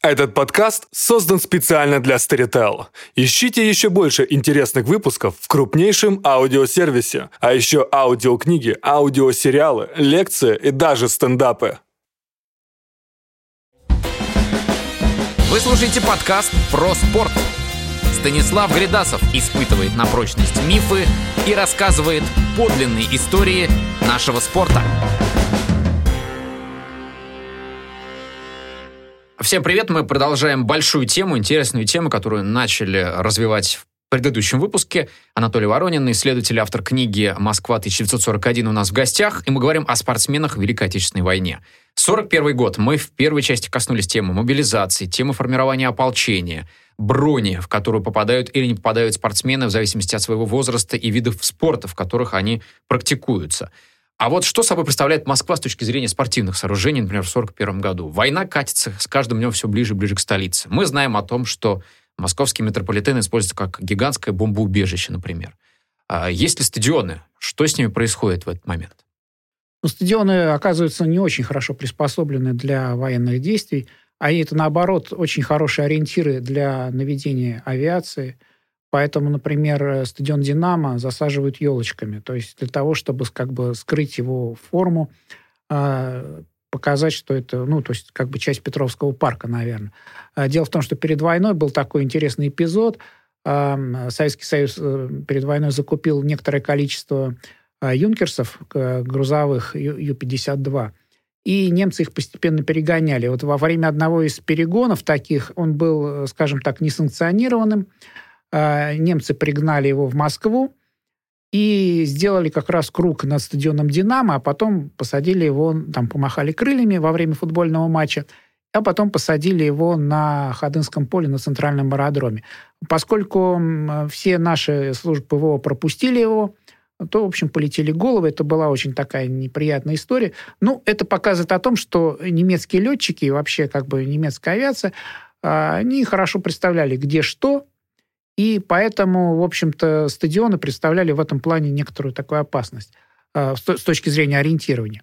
Этот подкаст создан специально для Storytel. Ищите еще больше интересных выпусков в крупнейшем аудиосервисе, а еще аудиокниги, аудиосериалы, лекции и даже стендапы. Вы слушаете подкаст про спорт. Станислав Гридасов испытывает на прочность мифы и рассказывает подлинные истории нашего спорта. Всем привет! Мы продолжаем большую тему, интересную тему, которую начали развивать в предыдущем выпуске. Анатолий Воронин, исследователь, автор книги «Москва-1941» у нас в гостях, и мы говорим о спортсменах в Великой Отечественной войне. 41 год. Мы в первой части коснулись темы мобилизации, темы формирования ополчения, брони, в которую попадают или не попадают спортсмены в зависимости от своего возраста и видов спорта, в которых они практикуются. А вот что собой представляет Москва с точки зрения спортивных сооружений, например, в 1941 году? Война катится с каждым днем все ближе и ближе к столице. Мы знаем о том, что московский метрополитен используется как гигантское бомбоубежище, например. А есть ли стадионы? Что с ними происходит в этот момент? Стадионы оказываются не очень хорошо приспособлены для военных действий, а это, наоборот, очень хорошие ориентиры для наведения авиации. Поэтому, например, стадион «Динамо» засаживают елочками, то есть для того, чтобы как бы скрыть его форму, показать, что это, то есть как бы часть Петровского парка, наверное. Дело в том, что перед войной был такой интересный эпизод. Советский Союз перед войной закупил некоторое количество юнкерсов грузовых Ю-52, и немцы их постепенно перегоняли. Вот во время одного из перегонов таких, он был, скажем так, несанкционированным, немцы пригнали его в Москву и сделали как раз круг над стадионом «Динамо», а потом посадили его, там помахали крыльями во время футбольного матча, а потом посадили его на Ходынском поле на центральном аэродроме. Поскольку все наши службы ПВО пропустили его, то, в общем, полетели головы. Это была очень такая неприятная история. Это показывает о том, что немецкие летчики и вообще как бы немецкая авиация, они хорошо представляли, где что, и поэтому, в общем-то, стадионы представляли в этом плане некоторую такую опасность с точки зрения ориентирования.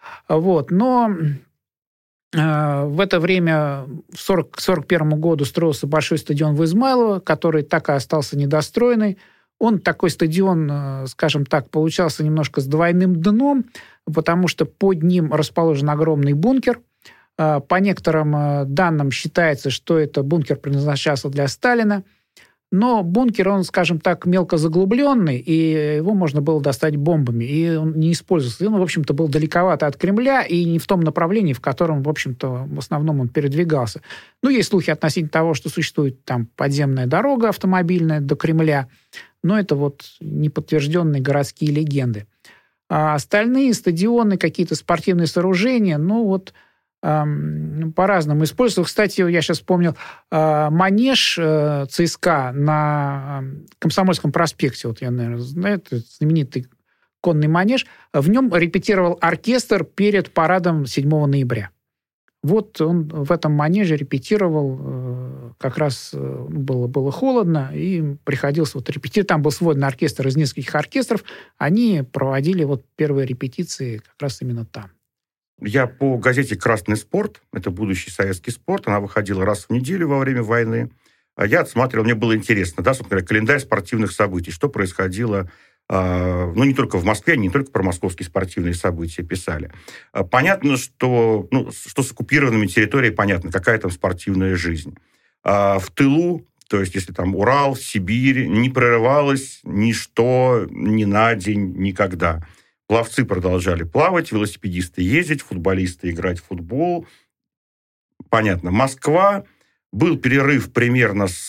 Но в это время, к 1941 году, строился большой стадион в Измайлово, который так и остался недостроенный. Он, такой стадион, скажем так, получался немножко с двойным дном, потому что под ним расположен огромный бункер. По некоторым данным считается, что это бункер предназначался для Сталина. Но бункер, он, скажем так, мелко заглубленный, и его можно было достать бомбами, и он не использовался. И он, в общем-то, был далековато от Кремля и не в том направлении, в котором, в общем-то, в основном он передвигался. Есть слухи относительно того, что существует там подземная дорога автомобильная до Кремля, но это неподтвержденные городские легенды. А остальные стадионы, какие-то спортивные сооружения, по-разному используются. Кстати, я сейчас вспомнил, манеж ЦСКА на Комсомольском проспекте, я, наверное, знаю, это знаменитый конный манеж, в нем репетировал оркестр перед парадом 7 ноября. Он в этом манеже репетировал, как раз было холодно, и приходилось репетировать. Там был сводный оркестр из нескольких оркестров, они проводили первые репетиции как раз именно там. Я по газете «Красный спорт», это будущий советский спорт, она выходила раз в неделю во время войны. Я отсматривал, мне было интересно, собственно говоря, календарь спортивных событий, что происходило, не только в Москве, не только про московские спортивные события писали. Понятно, что с оккупированными территориями, понятно, какая там спортивная жизнь. В тылу, то есть если там Урал, Сибирь, не прерывалось ничто ни на день, никогда. Пловцы продолжали плавать, велосипедисты ездить, футболисты играть в футбол. Понятно. Москва. Был перерыв примерно с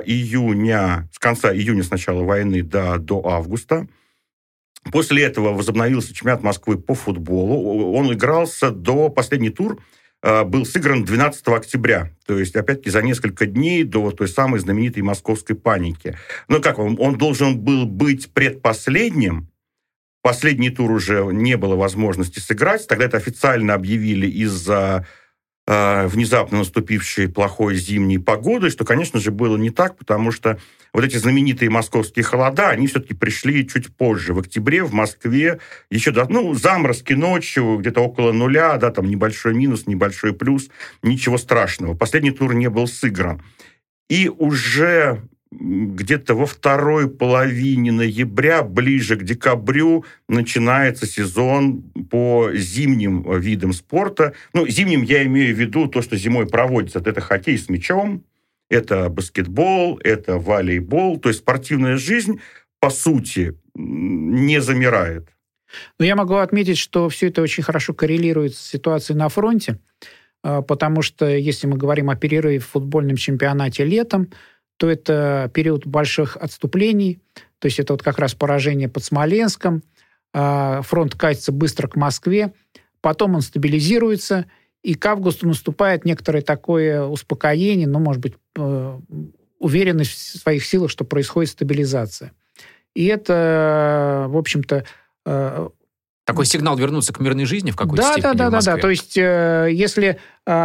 конца июня, с начала войны до августа. После этого возобновился чемпионат Москвы по футболу. Он игрался последний тур был сыгран 12 октября. То есть, опять-таки, за несколько дней до той самой знаменитой московской паники. Он должен был быть предпоследним. Последний тур уже не было возможности сыграть. Тогда это официально объявили из-за внезапно наступившей плохой зимней погодой, что, конечно же, было не так, потому что вот эти знаменитые московские холода, они все-таки пришли чуть позже. В октябре в Москве еще заморозки ночью, где-то около нуля, да, там небольшой минус, небольшой плюс, ничего страшного. Последний тур не был сыгран. И уже где-то во второй половине ноября, ближе к декабрю, начинается сезон по зимним видам спорта. Зимним я имею в виду то, что зимой проводится. Это хоккей с мячом, это баскетбол, это волейбол. То есть спортивная жизнь, по сути, не замирает. Но я могу отметить, что все это очень хорошо коррелирует с ситуацией на фронте, потому что если мы говорим о перерыве в футбольном чемпионате летом, то это период больших отступлений, то есть это вот как раз поражение под Смоленском, фронт катится быстро к Москве, потом он стабилизируется, и к августу наступает некоторое такое успокоение, может быть, уверенность в своих силах, что происходит стабилизация. И это, в общем-то... Такой сигнал вернуться к мирной жизни в какой-то степени в Москве. Да. То есть если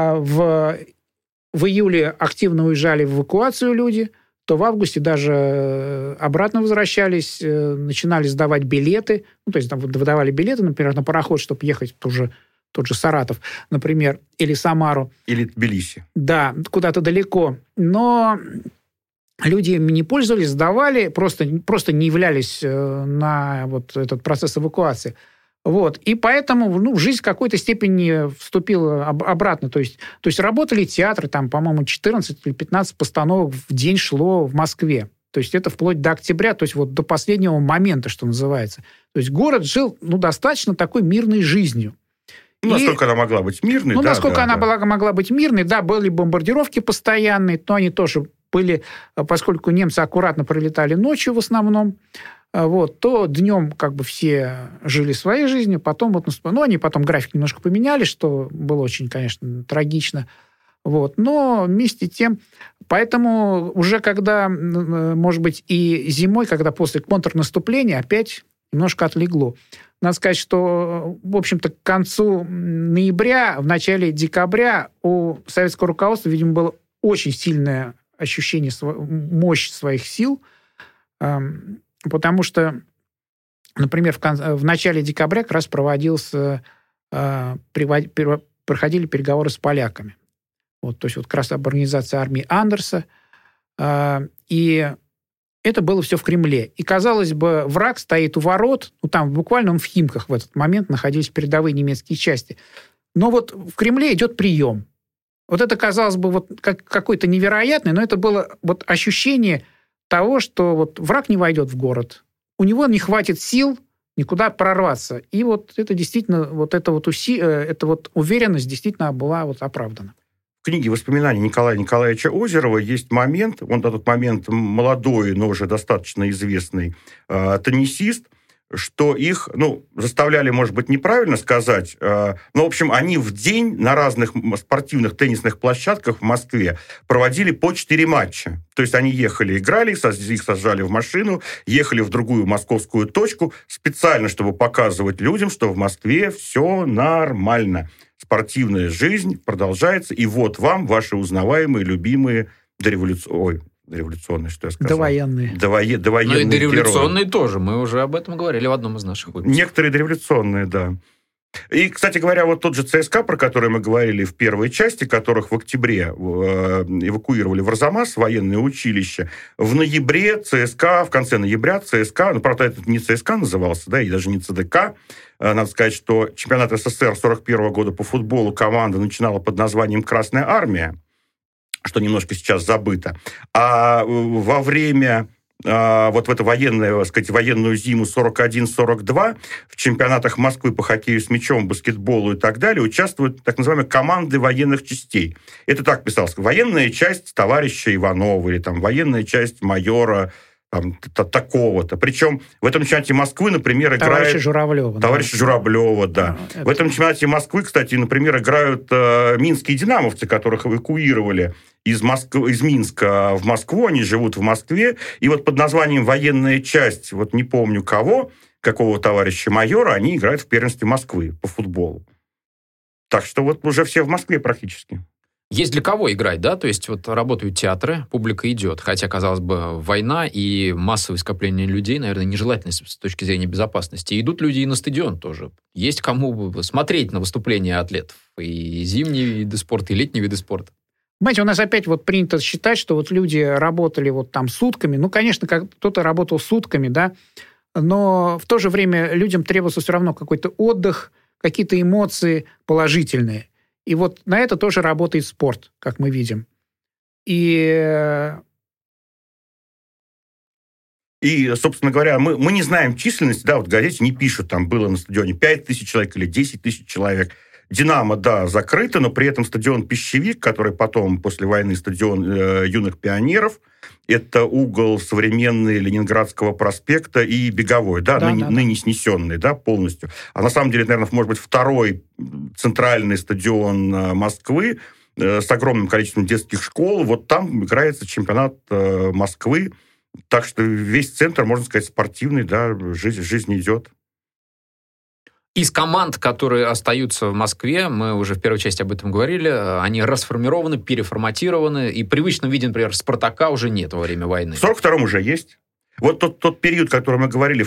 в июле активно уезжали в эвакуацию люди, то в августе даже обратно возвращались, начинали сдавать билеты. То есть там выдавали билеты, например, на пароход, чтобы ехать в тот же Саратов, например, или Самару. Или Тбилиси. Да, куда-то далеко. Но люди ими не пользовались, сдавали, просто не являлись на вот этот процесс эвакуации. И поэтому жизнь в какой-то степени вступила обратно. То есть работали театры, там, по-моему, 14 или 15 постановок в день шло в Москве. То есть это вплоть до октября, то есть вот до последнего момента, что называется. То есть город жил достаточно такой мирной жизнью. Насколько она могла быть мирной. Насколько она могла быть мирной. Да, были бомбардировки постоянные, но они тоже были, поскольку немцы аккуратно пролетали ночью в основном, то днем все жили своей жизнью, потом они потом график немножко поменяли, что было очень, конечно, трагично. Но вместе с тем, поэтому уже когда, может быть, и зимой, когда после контрнаступления опять немножко отлегло. Надо сказать, что, в общем-то, к концу ноября, в начале декабря у советского руководства, видимо, было очень сильное ощущение мощи своих сил, потому что, например, в начале декабря как раз проходили переговоры с поляками. То есть как раз об организации армии Андерса. И это было все в Кремле. И, казалось бы, враг стоит у ворот, там буквально в Химках в этот момент находились передовые немецкие части. Но в Кремле идет прием. Это, казалось бы, какой-то невероятный, но это было ощущение того, что враг не войдет в город. У него не хватит сил никуда прорваться. И это действительно, эта уверенность действительно была оправдана. В книге «Воспоминания Николая Николаевича Озерова» есть момент, он на тот момент молодой, но уже достаточно известный теннисист, что их, заставляли, может быть, неправильно сказать, но, в общем, они в день на разных спортивных теннисных площадках в Москве проводили по 4 матча. То есть они ехали, играли, их сажали в машину, ехали в другую московскую точку специально, чтобы показывать людям, что в Москве все нормально. Спортивная жизнь продолжается, и вам ваши узнаваемые, любимые дореволюционные, что я сказал? Довоенные. Довоенные и дореволюционные герои. Тоже. Мы уже об этом говорили в одном из наших выпусков. Некоторые дореволюционные, да. И, кстати говоря, тот же ЦСКА, про который мы говорили в первой части, которых в октябре эвакуировали в Арзамас, военное училище, в ноябре ЦСКА, в конце ноября ЦСКА, правда, это не ЦСКА назывался, и даже не ЦДК. Надо сказать, что чемпионат СССР 1941 года по футболу команда начинала под названием «Красная армия», что немножко сейчас забыто. А во время в эту военную зиму 41-42 в чемпионатах Москвы по хоккею с мячом, баскетболу и так далее участвуют так называемые команды военных частей. Это так писалось. Военная часть товарища Иванова или военная часть майора такого-то. Причем в этом чемпионате Москвы, например, играет... Товарища Журавлева, да. В этом чемпионате Москвы, кстати, например, играют минские динамовцы, которых эвакуировали из Минска в Москву. Они живут в Москве. И под названием «Военная часть», не помню какого товарища майора, они играют в первенстве Москвы по футболу. Так что вот уже все в Москве практически. Есть для кого играть, да? То есть вот работают театры, публика идет. Хотя, казалось бы, война и массовое скопление людей, наверное, нежелательно с точки зрения безопасности. И идут люди и на стадион тоже. Есть кому смотреть на выступления атлетов. И зимние виды спорта, и летние виды спорта. Понимаете, у нас опять вот принято считать, что вот люди работали вот там сутками. Ну, конечно, кто-то работал сутками, да, но в то же время людям требовался все равно какой-то отдых, какие-то эмоции положительные. И вот на это тоже работает спорт, как мы видим. И, собственно говоря, мы не знаем численность, да, вот в газете не пишут, там было на стадионе 5 тысяч человек или 10 тысяч человек. «Динамо», да, закрыто, но при этом стадион «Пищевик», который потом, после войны, стадион юных пионеров, это угол современный Ленинградского проспекта и Беговой, да, ныне снесенный, да, полностью. А на самом деле, наверное, может быть, второй центральный стадион Москвы с огромным количеством детских школ. Вот там играется чемпионат Москвы. Так что весь центр, можно сказать, спортивный, да, жизнь идет. Из команд, которые остаются в Москве, мы уже в первой части об этом говорили, они расформированы, переформатированы, и в привычном виде, например, «Спартака» уже нет во время войны. В 42-м уже есть. Вот тот период, о котором мы говорили,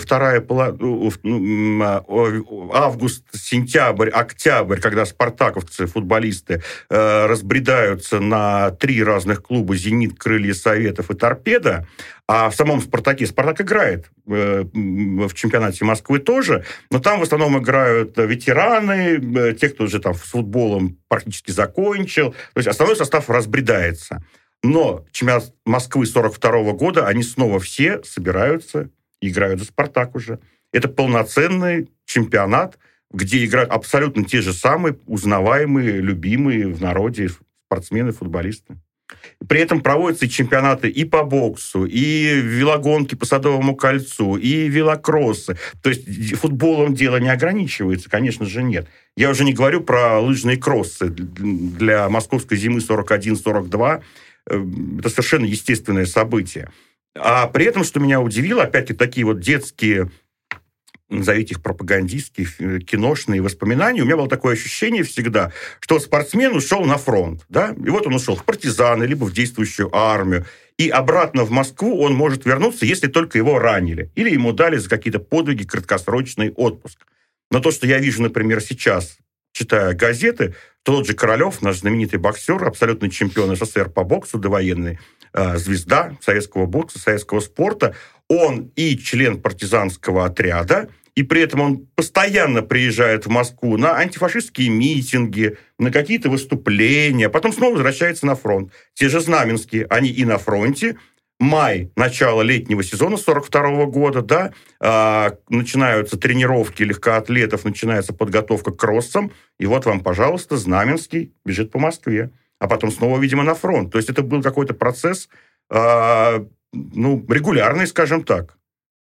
август, сентябрь, октябрь, когда спартаковцы, футболисты, разбредаются на 3 разных клуба: «Зенит», «Крылья Советов» и «Торпедо», а в самом «Спартаке» «Спартак» играет в чемпионате Москвы тоже, но там в основном играют ветераны, те, кто уже там с футболом практически закончил, то есть основной состав разбредается. Но чемпионат Москвы 1942 года, они снова все собираются и играют за «Спартак» уже. Это полноценный чемпионат, где играют абсолютно те же самые узнаваемые, любимые в народе спортсмены, футболисты. При этом проводятся и чемпионаты и по боксу, и велогонки по Садовому кольцу, и велокроссы. То есть футболом дело не ограничивается, конечно же, нет. Я уже не говорю про лыжные кроссы для московской зимы 41-42. Это совершенно естественное событие. А при этом, что меня удивило, опять-таки, такие вот детские, назовите их пропагандистские, киношные воспоминания, у меня было такое ощущение всегда, что спортсмен ушел на фронт, да, и вот он ушел в партизаны, либо в действующую армию, и обратно в Москву он может вернуться, если только его ранили, или ему дали за какие-то подвиги краткосрочный отпуск. Но то, что я вижу, например, сейчас, читая газеты, тот же Королев, наш знаменитый боксер, абсолютный чемпион СССР по боксу, довоенный, звезда советского бокса, советского спорта, он и член партизанского отряда, и при этом он постоянно приезжает в Москву на антифашистские митинги, на какие-то выступления, потом снова возвращается на фронт. Те же знаменские, они и на фронте. Май, начало летнего сезона 1942 года, да, начинаются тренировки легкоатлетов, начинается подготовка к кроссам, и вот вам, пожалуйста, Знаменский бежит по Москве, а потом снова, видимо, на фронт. То есть это был какой-то процесс, регулярный, скажем так.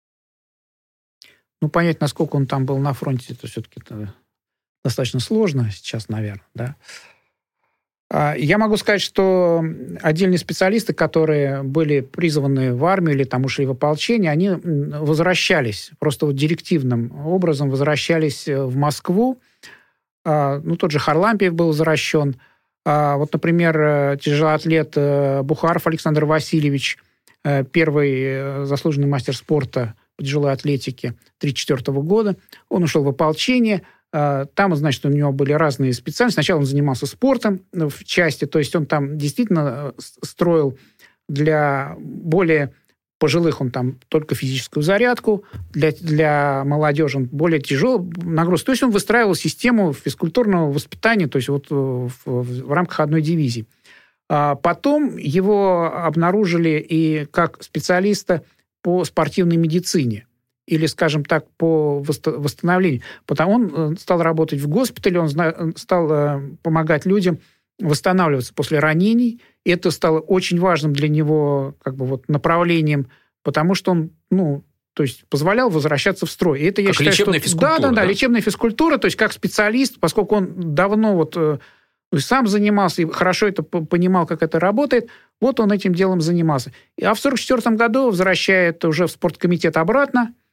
Ну, понять, насколько он там был на фронте, это все-таки достаточно сложно сейчас, наверное, да. Я могу сказать, что отдельные специалисты, которые были призваны в армию или там ушли в ополчение, они возвращались, просто вот директивным образом возвращались в Москву. Тот же Харлампиев был возвращен. Вот, например, тяжелоатлет Бухаров Александр Васильевич, первый заслуженный мастер спорта по тяжелой атлетике 1934 года, он ушел в ополчение. Там, значит, у него были разные специальности. Сначала он занимался спортом в части, то есть он там действительно строил для более пожилых, он там только физическую зарядку, для молодежи он более тяжелый нагрузку. То есть он выстраивал систему физкультурного воспитания, то есть вот в рамках одной дивизии. Потом его обнаружили и как специалиста по спортивной медицине. Или, скажем так, по восстановлению. Потому он стал работать в госпитале, он стал помогать людям восстанавливаться после ранений. И это стало очень важным для него направлением, потому что он, позволял возвращаться в строй. И это, я считаю, лечебная физкультура. Да, лечебная физкультура, то есть как специалист, поскольку он давно сам занимался и хорошо это понимал, как это работает, вот он этим делом занимался. А в 1944 году возвращает уже в спорткомитет обратно,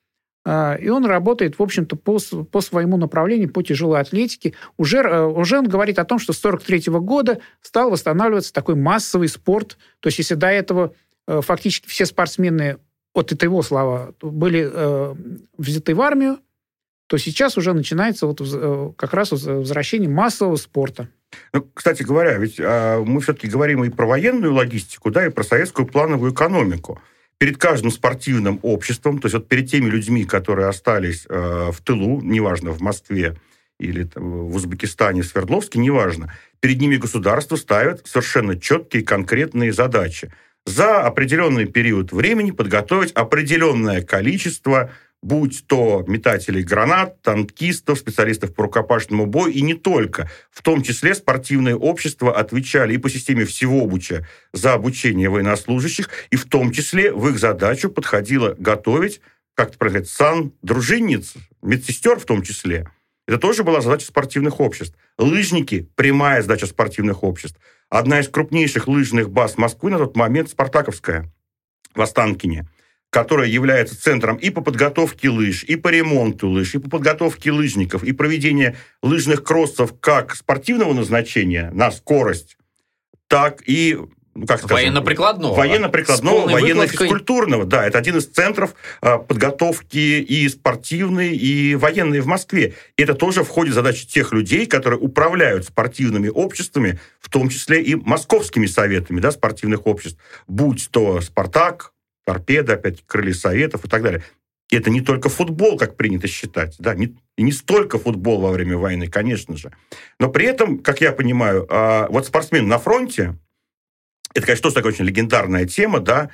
и он работает, в общем-то, по своему направлению, по тяжелой атлетике. Уже он говорит о том, что с 1943 года стал восстанавливаться такой массовый спорт. То есть если до этого фактически все спортсмены, вот это его слова, были взяты в армию, то сейчас уже начинается как раз возвращение массового спорта. Ну, кстати говоря, ведь мы все-таки говорим и про военную логистику, да, и про советскую плановую экономику. Перед каждым спортивным обществом, то есть вот перед теми людьми, которые остались в тылу, неважно, в Москве или там, в Узбекистане, в Свердловске, неважно, перед ними государство ставит совершенно четкие, конкретные задачи. За определенный период времени подготовить определенное количество, будь то метателей гранат, танкистов, специалистов по рукопашному бою, и не только. В том числе спортивные общества отвечали и по системе всеобуча за обучение военнослужащих, и в том числе в их задачу подходило готовить, как это происходит, сан-дружинниц, медсестер в том числе. Это тоже была задача спортивных обществ. Лыжники – прямая задача спортивных обществ. Одна из крупнейших лыжных баз Москвы на тот момент – Спартаковская в Останкине, которая является центром и по подготовке лыж, и по ремонту лыж, и по подготовке лыжников, и проведения лыжных кроссов как спортивного назначения на скорость, так и, военно-прикладного. Военно-прикладного, военно-физкультурного. Да, это один из центров подготовки и спортивной, и военной в Москве. И это тоже входит в задачи тех людей, которые управляют спортивными обществами, в том числе и московскими советами, да, спортивных обществ, будь то «Спартак», «Торпеда», опять крылья советов и так далее. И это не только футбол, как принято считать, да, не столько футбол во время войны, конечно же. Но при этом, как я понимаю, вот спортсмен на фронте, это, конечно, тоже такая очень легендарная тема, да,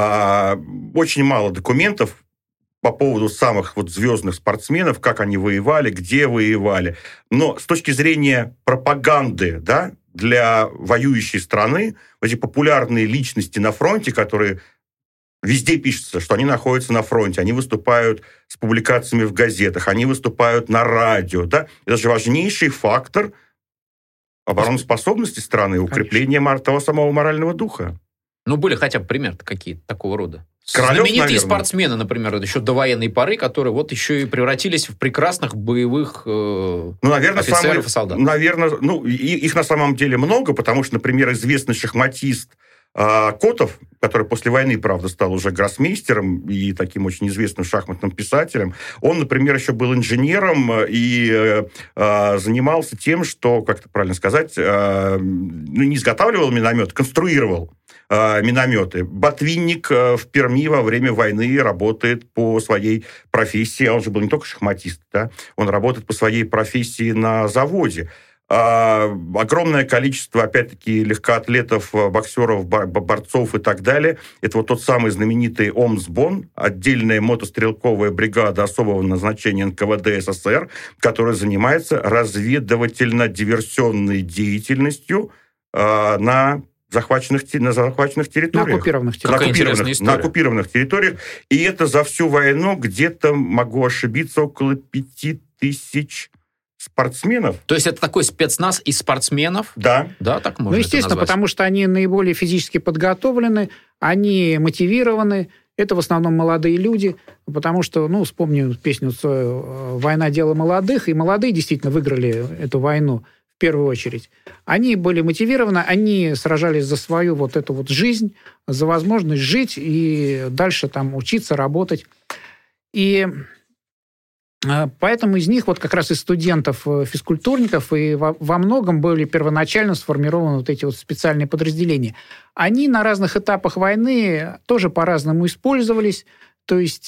очень мало документов по поводу самых вот звездных спортсменов, как они воевали, где воевали. Но с точки зрения пропаганды, да, для воюющей страны, эти популярные личности на фронте, которые везде пишется, что они находятся на фронте, они выступают с публикациями в газетах, они выступают на радио. Да? Это же важнейший фактор обороноспособности страны, укрепления того самого морального духа. Ну, были хотя бы примеры какие-то такого рода. Королев, знаменитые наверное. Спортсмены, например, еще до военной поры, которые вот еще и превратились в прекрасных боевых офицеров и солдат. Наверное, их на самом деле много, потому что, например, известный шахматист Котов, который после войны, правда, стал уже гроссмейстером и таким очень известным шахматным писателем, он, например, еще был инженером и занимался тем, что, как это правильно сказать, не изготавливал миномет, конструировал минометы. Ботвинник в Перми во время войны работает по своей профессии, он же был не только шахматист, да, он работает по своей профессии на заводе. Огромное количество, опять-таки, легкоатлетов, боксеров, борцов и так далее. Это вот тот самый знаменитый ОМСБОН, отдельная мотострелковая бригада особого назначения НКВД СССР, которая занимается разведывательно-диверсионной деятельностью на захваченных территориях. На оккупированных территориях. На оккупированных территориях. И это за всю войну где-то, могу ошибиться, около 5000 спортсменов. То есть это такой спецназ из спортсменов? Да. Да, так можно естественно, это назвать. потому что они наиболее физически подготовлены, они мотивированы, это в основном молодые люди, потому что, вспомню песню Цоя «Война – дело молодых», и молодые действительно выиграли эту войну в первую очередь. Они были мотивированы, они сражались за свою вот эту вот жизнь, за возможность жить и дальше там учиться, работать. И поэтому из них, вот как раз из студентов, физкультурников, и во многом были первоначально сформированы вот эти вот специальные подразделения. Они на разных этапах войны тоже по-разному использовались. То есть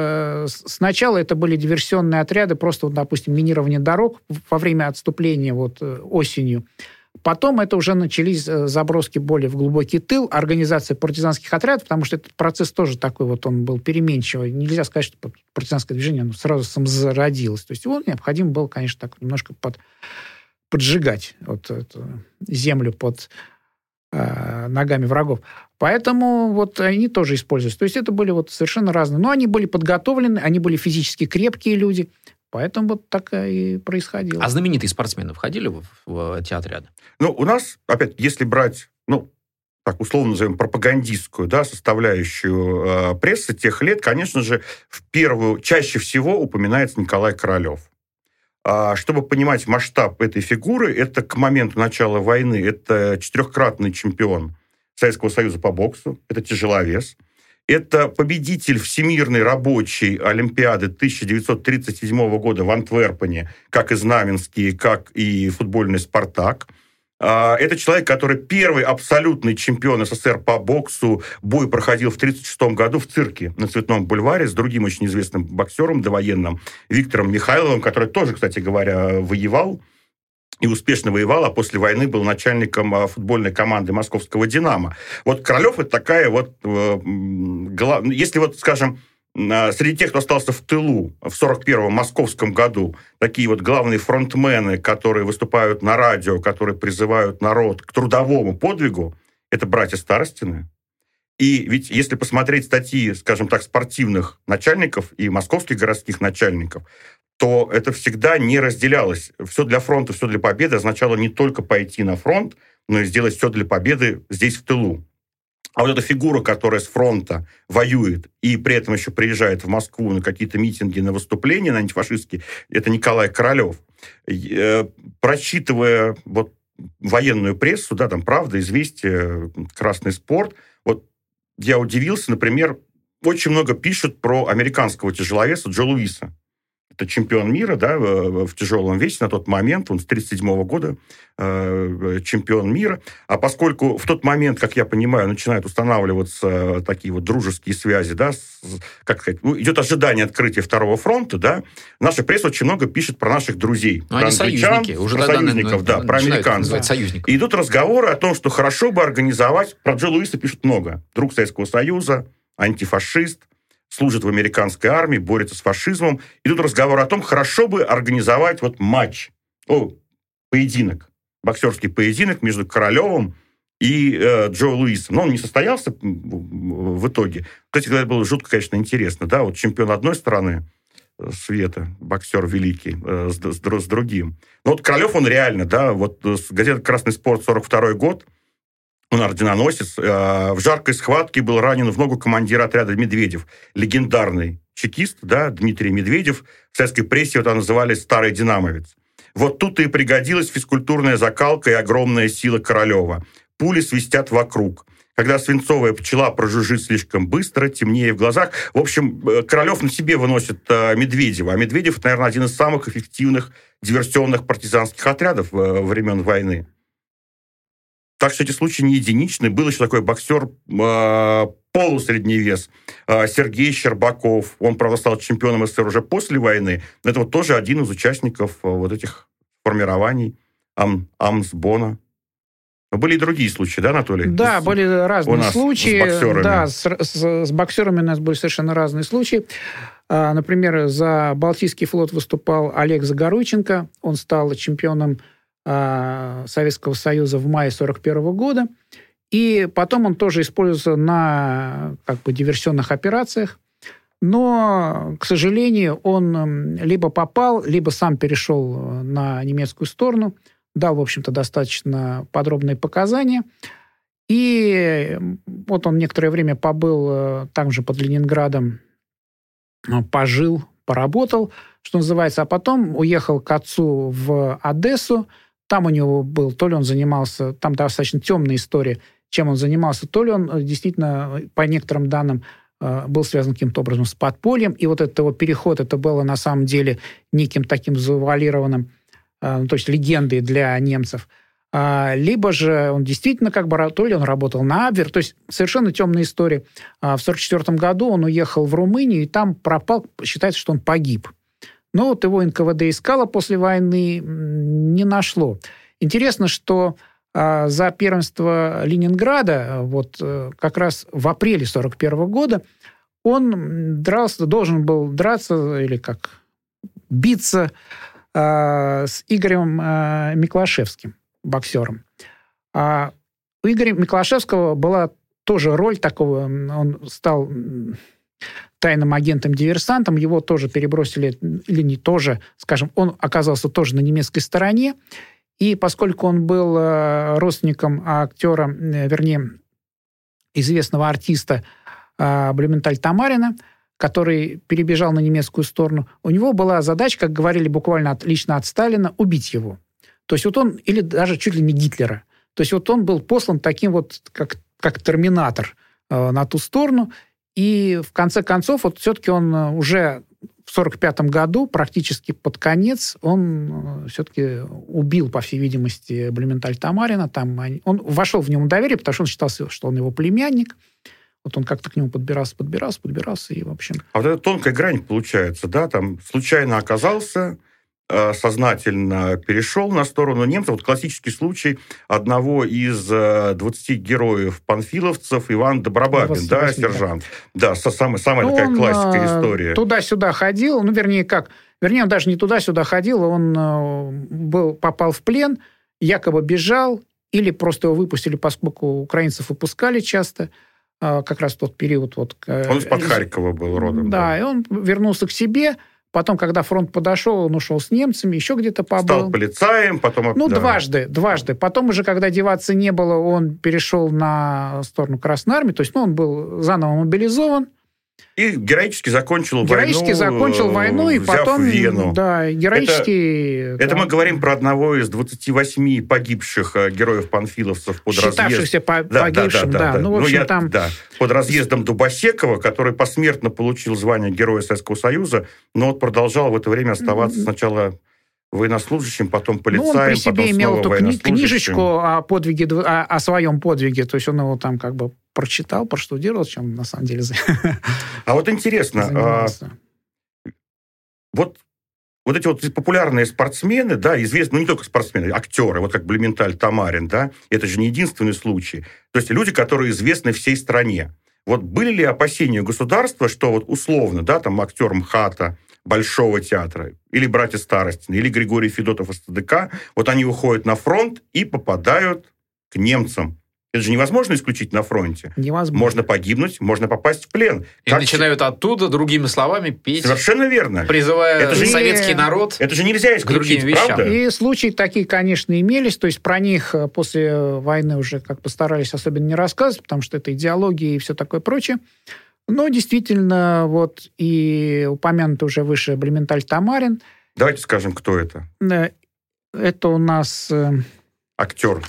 сначала это были диверсионные отряды, просто, допустим, минирование дорог во время отступления осенью. Потом это уже начались заброски более в глубокий тыл, организация партизанских отрядов, потому что этот процесс тоже такой он был переменчивый. Нельзя сказать, что партизанское движение сразу самозародилось. То есть его необходимо было, конечно, так немножко поджигать эту землю под ногами врагов. Поэтому они тоже используются. То есть это были совершенно разные. Но они были подготовлены, они были физически крепкие люди. Поэтому так и происходило. А знаменитые спортсмены входили в эти отряды? У нас, опять, если брать, так условно назовем, пропагандистскую, да, составляющую прессы тех лет, конечно же, чаще всего упоминается Николай Королев. Чтобы понимать масштаб этой фигуры, это к моменту начала войны, это 4-кратный чемпион Советского Союза по боксу, это тяжеловес, это победитель Всемирной рабочей Олимпиады 1937 года в Антверпене, как и Знаменский, как и футбольный «Спартак». Это человек, который первый абсолютный чемпион СССР по боксу. Бой проходил в 1936 году в цирке на Цветном бульваре с другим очень известным боксером довоенным Виктором Михайловым, который тоже, кстати говоря, воевал и успешно воевал, а после войны был начальником футбольной команды московского «Динамо». Вот Королев — это такая вот... Если вот, скажем, среди тех, кто остался в тылу в 1941 московском году, такие вот главные фронтмены, которые выступают на радио, которые призывают народ к трудовому подвигу, это братья Старостины. И ведь если посмотреть статьи, скажем так, спортивных начальников и московских городских начальников, то это всегда не разделялось. Все для фронта, все для победы означало не только пойти на фронт, но и сделать все для победы здесь, в тылу. А вот эта фигура, которая с фронта воюет и при этом еще приезжает в Москву на какие-то митинги, на выступления, на антифашистские, это Николай Королев. Прочитывая вот военную прессу, да, там «Правда», «Известия», «Красный спорт», вот я удивился, например, очень много пишут про американского тяжеловеса Джо Луиса. Это чемпион мира, да, в тяжелом весе на тот момент, он с 1937 года чемпион мира. А поскольку в тот момент, как я понимаю, начинают устанавливаться такие вот дружеские связи, да, как сказать, идет ожидание открытия Второго фронта, да, наша пресса очень много пишет про наших друзей. Ну, про они союзники. Уже про союзников, да, про американцев. И идут разговоры о том, что хорошо бы организовать, про Джо Луиса пишут много, друг Советского Союза, антифашист, служит в американской армии, борется с фашизмом. Идут разговоры о том, хорошо бы организовать вот матч, поединок, боксерский поединок между Королевым и Джо Луисом. Но он не состоялся в итоге. Кстати говоря, было жутко, конечно, интересно. Да? Вот чемпион одной стороны света, боксер великий, с другим. Но вот Королев, он реально, да, вот газета «Красный спорт», 1942 год, он орденоносец. В жаркой схватке был ранен в ногу командир отряда «Медведев». Легендарный чекист, да, Дмитрий Медведев. В советской прессе его называли «старый динамовец». Вот тут и пригодилась физкультурная закалка и огромная сила Королева. Пули свистят вокруг. Когда свинцовая пчела прожужжит слишком быстро, темнее в глазах. В общем, Королев на себе выносит Медведева. А Медведев, это, наверное, один из самых эффективных диверсионных партизанских отрядов времен войны. Так что эти случаи не единичны. Был еще такой боксер полусредний вес Сергей Щербаков. Он, правда, стал чемпионом СССР уже после войны. Но это вот тоже один из участников вот этих формирований Амсбона. Были и другие случаи, да, Анатолий? Да, были разные случаи. С боксерами. Да, с боксерами у нас были совершенно разные случаи. Например, за Балтийский флот выступал Олег Загоруйченко. Он стал чемпионом Советского Союза в мае 1941 года. И потом он тоже использовался на диверсионных операциях. Но, к сожалению, он либо попал, либо сам перешел на немецкую сторону, дал, в общем-то, достаточно подробные показания. И вот он некоторое время побыл там же под Ленинградом, пожил, поработал, что называется, а потом уехал к отцу в Одессу. Там у него был, то ли он занимался, там достаточно темная история, чем он занимался, то ли он действительно, по некоторым данным, был связан каким-то образом с подпольем, и вот этот его переход, это было на самом деле неким таким завуалированным, то есть легендой для немцев. Либо же он действительно то ли он работал на Абвер, то есть совершенно темная история. В 1944 году он уехал в Румынию, и там пропал, считается, что он погиб. Но вот его НКВД искало после войны, не нашло. Интересно, что за первенство Ленинграда вот как раз в апреле 1941 года он должен был драться или биться с Игорем Миклашевским, боксером. У Игоря Миклашевского была тоже роль такого, он стал тайным агентом-диверсантом, его тоже перебросили, или не тоже, скажем, он оказался тоже на немецкой стороне, и поскольку он был родственником актера, вернее, известного артиста Блюменталь-Тамарина, который перебежал на немецкую сторону. У него была задача, как говорили буквально лично от Сталина, убить его. То есть вот он, или даже чуть ли не Гитлера. То есть вот он был послан таким вот, как терминатор на ту сторону. И в конце концов, вот все-таки он уже в 1945 году, практически под конец, он все-таки убил, по всей видимости, Блюменталь-Тамарина. Он вошел в него доверие, потому что он считал, что он его племянник. Вот он как-то к нему подбирался, и, в общем... А вот эта тонкая грань получается, да, там случайно оказался, сознательно перешел на сторону немцев. Вот классический случай одного из 20 героев-панфиловцев, Иван Добробабин, да, сержант. Да, самая такая классика истории. Туда-сюда ходил, он даже не туда-сюда ходил, он попал в плен, якобы бежал, или просто его выпустили, поскольку украинцев выпускали часто, как раз в тот период. Он из-под Харькова был родом. Да, и он вернулся к себе. Потом, когда фронт подошел, он ушел с немцами, еще где-то побыл. Стал полицаем, потом... Дважды. Потом уже, когда деваться не было, он перешел на сторону Красной Армии. То есть, он был заново мобилизован. И героически закончил войну, и потом... Вену. Да, героически... Это мы говорим про одного из 28 погибших героев-панфиловцев под считавшихся погибшим, да. Ну, в общем, там... Да, под разъездом Дубосекова, который посмертно получил звание Героя Советского Союза, но вот продолжал в это время оставаться сначала военнослужащим, потом полицаем, он при себе имел эту книжечку о своем подвиге, то есть он его там как бы прочитал, проштудировал, чем на самом деле А вот интересно, вот эти вот популярные спортсмены, да, известные, не только спортсмены, актеры, вот как Блюменталь-Тамарин, да, это же не единственный случай. То есть люди, которые известны всей стране. Вот были ли опасения государства, что вот условно, да, там актер МХАТа, Большого театра, или братья Старостины, или Григорий Федотов из ТДК, вот они уходят на фронт и попадают к немцам. Это же невозможно исключить на фронте. Невозможно. Можно погибнуть, можно попасть в плен. И начинают оттуда, другими словами, петь. Совершенно верно. Призывая советский народ. Это же нельзя исключить, правда? И случаи такие, конечно, имелись. То есть про них после войны уже как постарались особенно не рассказывать, потому что это идеология и все такое прочее. Но действительно, вот и упомянутый уже выше Блюменталь-Тамарин. Давайте скажем, кто это. Это у нас... Актер,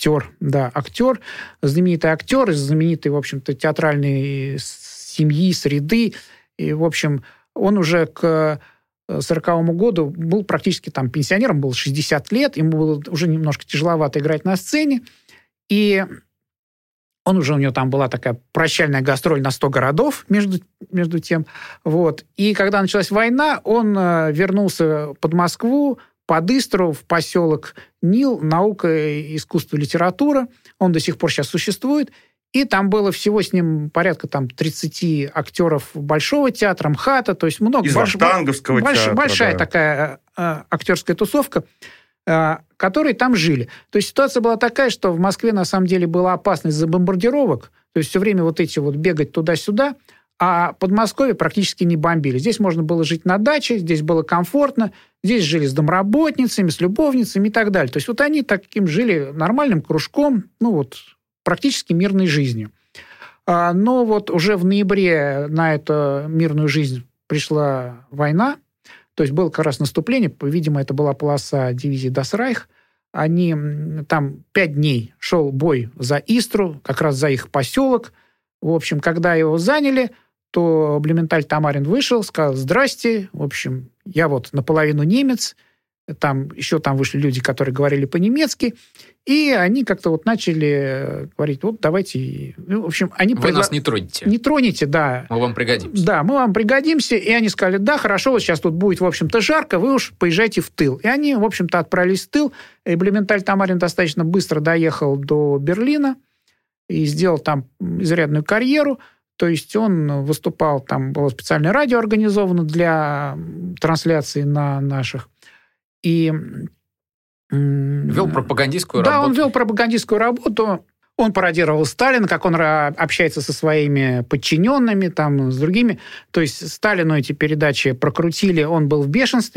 знаменитый актер из знаменитой, в общем-то, театральной семьи, среды. И, в общем, он уже к 1940 году был практически там пенсионером, был 60 лет, ему было уже немножко тяжеловато играть на сцене. И у него там была такая прощальная гастроль на 100 городов между тем. Вот. И когда началась война, он вернулся под Москву, под Истру, в поселок Нил, наука, искусство, литература. Он до сих пор сейчас существует. И там было всего с ним порядка 30 актеров Большого театра, МХАТа, то есть много. Из Вахтанговского театра. Большая такая актерская тусовка, которые там жили. То есть ситуация была такая, что в Москве на самом деле была опасность за бомбардировок, то есть все время вот эти вот бегать туда-сюда, а Подмосковье практически не бомбили. Здесь можно было жить на даче, здесь было комфортно, здесь жили с домработницами, с любовницами и так далее. То есть вот они таким жили нормальным кружком, практически мирной жизнью. Но вот уже в ноябре на эту мирную жизнь пришла война, то есть было как раз наступление, видимо, это была полоса дивизии Das Reich. Они там 5 дней шел бой за Истру, как раз за их поселок. В общем, когда его заняли, то Блюменталь-Тамарин вышел, сказал: «Здрасте, в общем, я вот наполовину немец». Там еще вышли люди, которые говорили по-немецки, и они как-то вот начали говорить: вот давайте... В общем, они... Вы нас не тронете. Не тронете, да. Мы вам пригодимся. Да, мы вам пригодимся. И они сказали: да, хорошо, вот сейчас тут будет, в общем-то, жарко, вы уж поезжайте в тыл. И они, в общем-то, отправились в тыл. И Блюменталь-Тамарин достаточно быстро доехал до Берлина и сделал там изрядную карьеру. То есть он выступал, там было специальное радио организовано для трансляции на наших. И вел пропагандистскую работу. Да, он вел пропагандистскую работу. Он пародировал Сталина, как он общается со своими подчиненными, там, с другими. То есть Сталину эти передачи прокрутили, он был в бешенстве.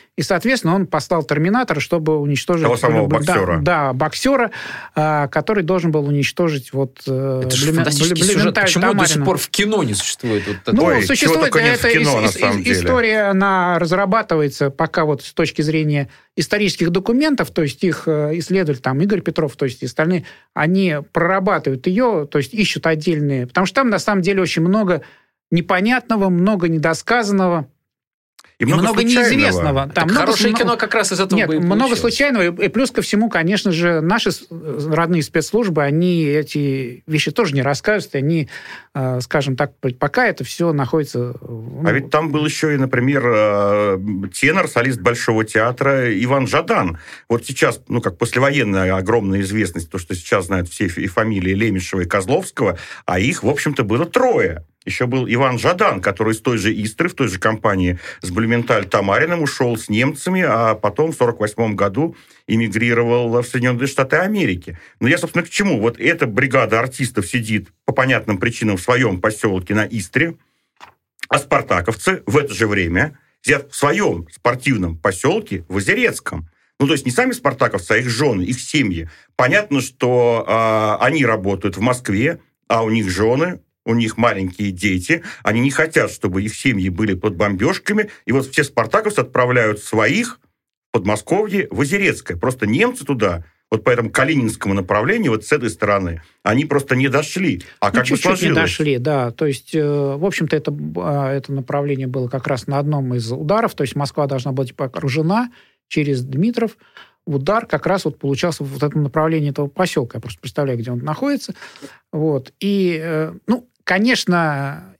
и, соответственно, он послал терминатора, чтобы уничтожить... Того самого боксера. Да, боксера, который должен был уничтожить вот... Это же фантастический сюжет. Почему Тамарина. до сих пор в кино не существует? Существует эта история, она разрабатывается пока вот с точки зрения исторических документов, то есть их исследователь, там, Игорь Петров, то есть и остальные, они прорабатывают ее, то есть ищут отдельные... Потому что там, на самом деле, очень много непонятного, много недосказанного, и много неизвестного. Там хорошее кино как раз из этого Нет, много случайного. И плюс ко всему, конечно же, наши родные спецслужбы, они эти вещи тоже не рассказывают. Они, скажем так, пока это все находится... А ведь там был еще и, например, тенор, солист Большого театра Иван Жадан. Вот сейчас, как послевоенная огромная известность, то, что сейчас знают все и фамилии Лемешева и Козловского, а их, в общем-то, было 3. Еще был Иван Жадан, который из той же Истры, в той же компании с Блюменталь Тамариным ушел с немцами, а потом в 1948 году эмигрировал в Соединенные Штаты Америки. Но я, собственно, к чему? Вот эта бригада артистов сидит по понятным причинам в своем поселке на Истре, а спартаковцы в это же время сидят в своем спортивном поселке в Озерецком. То есть не сами спартаковцы, а их жены, их семьи. Понятно, что они работают в Москве, а у них жены... У них маленькие дети, они не хотят, чтобы их семьи были под бомбежками, и вот все спартаковцы отправляют своих в Подмосковье в Озерецкое. Просто немцы туда, вот по этому Калининскому направлению, вот с этой стороны, они просто не дошли. А как бы сложилось? Чуть-чуть не дошли, да. То есть, в общем-то, это направление было как раз на одном из ударов, то есть Москва должна была окружена через Дмитров. Удар как раз вот получался в этом направлении этого поселка. Я просто представляю, где он находится. Вот. И, конечно,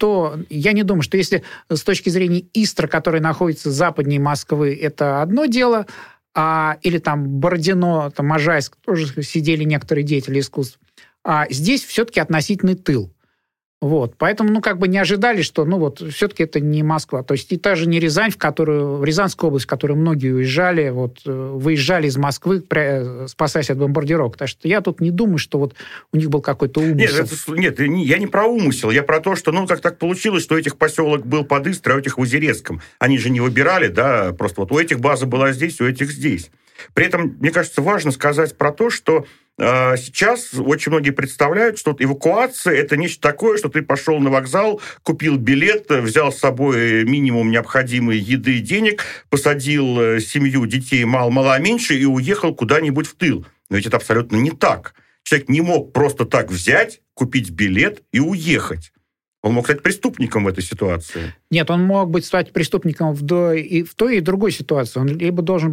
я не думаю, что если с точки зрения Истра, который находится западнее Москвы, это одно дело, или там Бородино, там Можайск, тоже сидели некоторые деятели искусств, а здесь все-таки относительный тыл. Вот. Поэтому, не ожидали, что, все-таки это не Москва. То есть и та же не Рязань, в Рязанскую область, в которую многие уезжали, выезжали из Москвы, спасаясь от бомбардировок. Так что я тут не думаю, что у них был какой-то умысел. Нет, я не про умысел, я про то, что, как так получилось, что этих поселок был под Истрой, а у этих в Озерецком. Они же не выбирали, да, просто у этих база была здесь, у этих здесь. При этом, мне кажется, важно сказать про то, что сейчас очень многие представляют, что эвакуация – это нечто такое, что ты пошел на вокзал, купил билет, взял с собой минимум необходимой еды и денег, посадил семью, детей мало меньше и уехал куда-нибудь в тыл. Но ведь это абсолютно не так. Человек не мог просто так взять, купить билет и уехать. Он мог стать преступником в этой ситуации. Нет, он мог стать преступником в той и другой ситуации. Он либо должно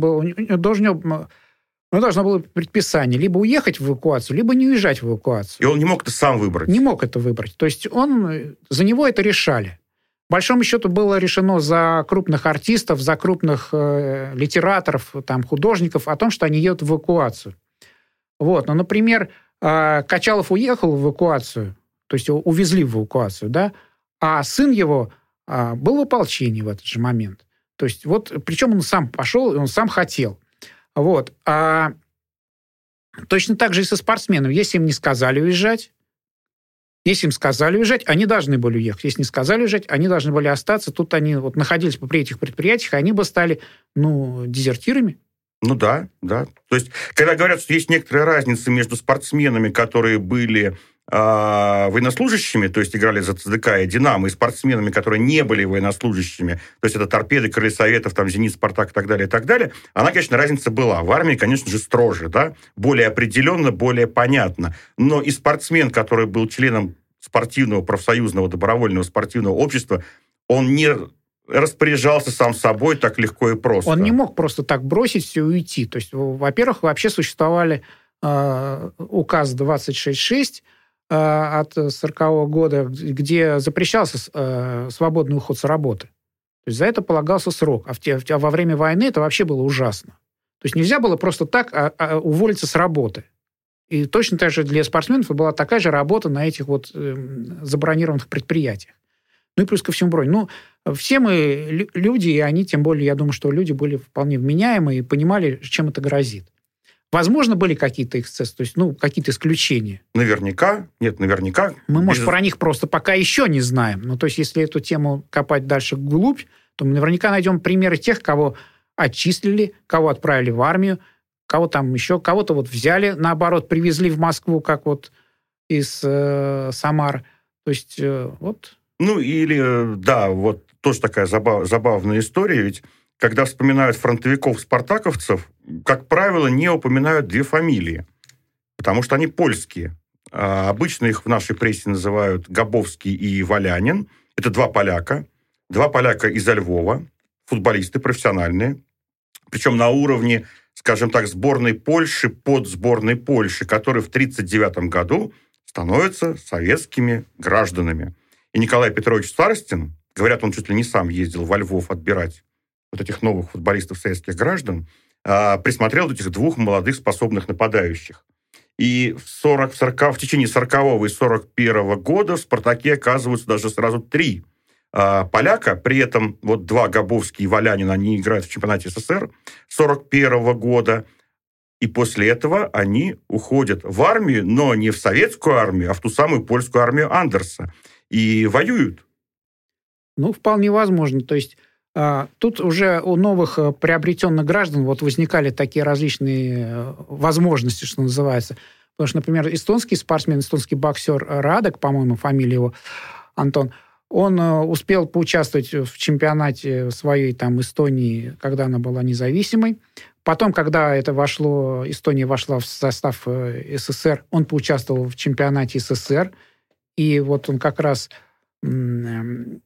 было предписание либо уехать в эвакуацию, либо не уезжать в эвакуацию. И он не мог это сам выбрать. Не мог это выбрать. То есть за него это решали. По большому счету было решено за крупных артистов, за крупных литераторов, художников о том, что они едут в эвакуацию. Вот. Но, например, Качалов уехал в эвакуацию, то есть его увезли в эвакуацию, да, а сын его был в ополчении в этот же момент. То есть причем он сам пошел, и он сам хотел. Вот. А точно так же и со спортсменами. Если им не сказали уезжать, они должны были уехать. Если не сказали уезжать, они должны были остаться. Тут они находились при этих предприятиях, и они бы стали, дезертирами. Да. То есть, когда говорят, что есть некоторая разница между спортсменами, которые были военнослужащими, то есть играли за ЦСКА и «Динамо», и спортсменами, которые не были военнослужащими, то есть это «Торпеды», «Крылья Советов», «Зенит», «Спартак» и так далее, она, конечно, разница была. В армии, конечно же, строже, да, более определенно, более понятно. Но и спортсмен, который был членом спортивного, профсоюзного, добровольного спортивного общества, он не распоряжался сам собой так легко и просто. Он не мог просто так бросить все и уйти. То есть, во-первых, вообще существовали указ 26.6 от 40-го года, где запрещался свободный уход с работы. То есть за это полагался срок. А во время войны это вообще было ужасно. То есть нельзя было просто так уволиться с работы. И точно так же для спортсменов была такая же работа на этих забронированных предприятиях. И плюс ко всему бронь. Все мы люди, и они, тем более, я думаю, что люди были вполне вменяемы и понимали, чем это грозит. Возможно, были какие-то эксцессы, то есть, какие-то исключения. Наверняка. Мы, может, про них просто пока еще не знаем. То есть, если эту тему копать дальше вглубь, то мы наверняка найдем примеры тех, кого отчислили, кого отправили в армию, кого там еще, кого-то вот взяли, наоборот, привезли в Москву, как вот из Самары. То есть вот... Ну, или, да, вот тоже такая забавная история, ведь когда вспоминают фронтовиков-спартаковцев, как правило, не упоминают две фамилии, потому что они польские. Обычно их в нашей прессе называют Габовский и Валянин. Это два поляка изо Львова, футболисты профессиональные, причем на уровне, скажем так, сборной Польши под сборной Польши, которые в 1939 году становятся советскими гражданами. И Николай Петрович Старостин, говорят, он чуть ли не сам ездил во Львов отбирать вот этих новых футболистов советских граждан, присмотрел этих двух молодых способных нападающих. И в течение 40-го и 41-го года в «Спартаке» оказываются даже сразу три поляка, при этом вот два, Габовский и Валянин, они играют в чемпионате СССР 41-го года, и после этого они уходят в армию, но не в советскую армию, а в ту самую польскую армию Андерса, и воюют. Ну, вполне возможно. То есть тут уже у новых приобретенных граждан вот возникали такие различные возможности, что называется. Потому что, например, эстонский спортсмен, эстонский боксер Радек, по-моему, фамилия его, Антон, он успел поучаствовать в чемпионате своей там Эстонии, когда она была независимой. Потом, когда Эстония вошла в состав СССР, он поучаствовал в чемпионате СССР. И вот он как раз там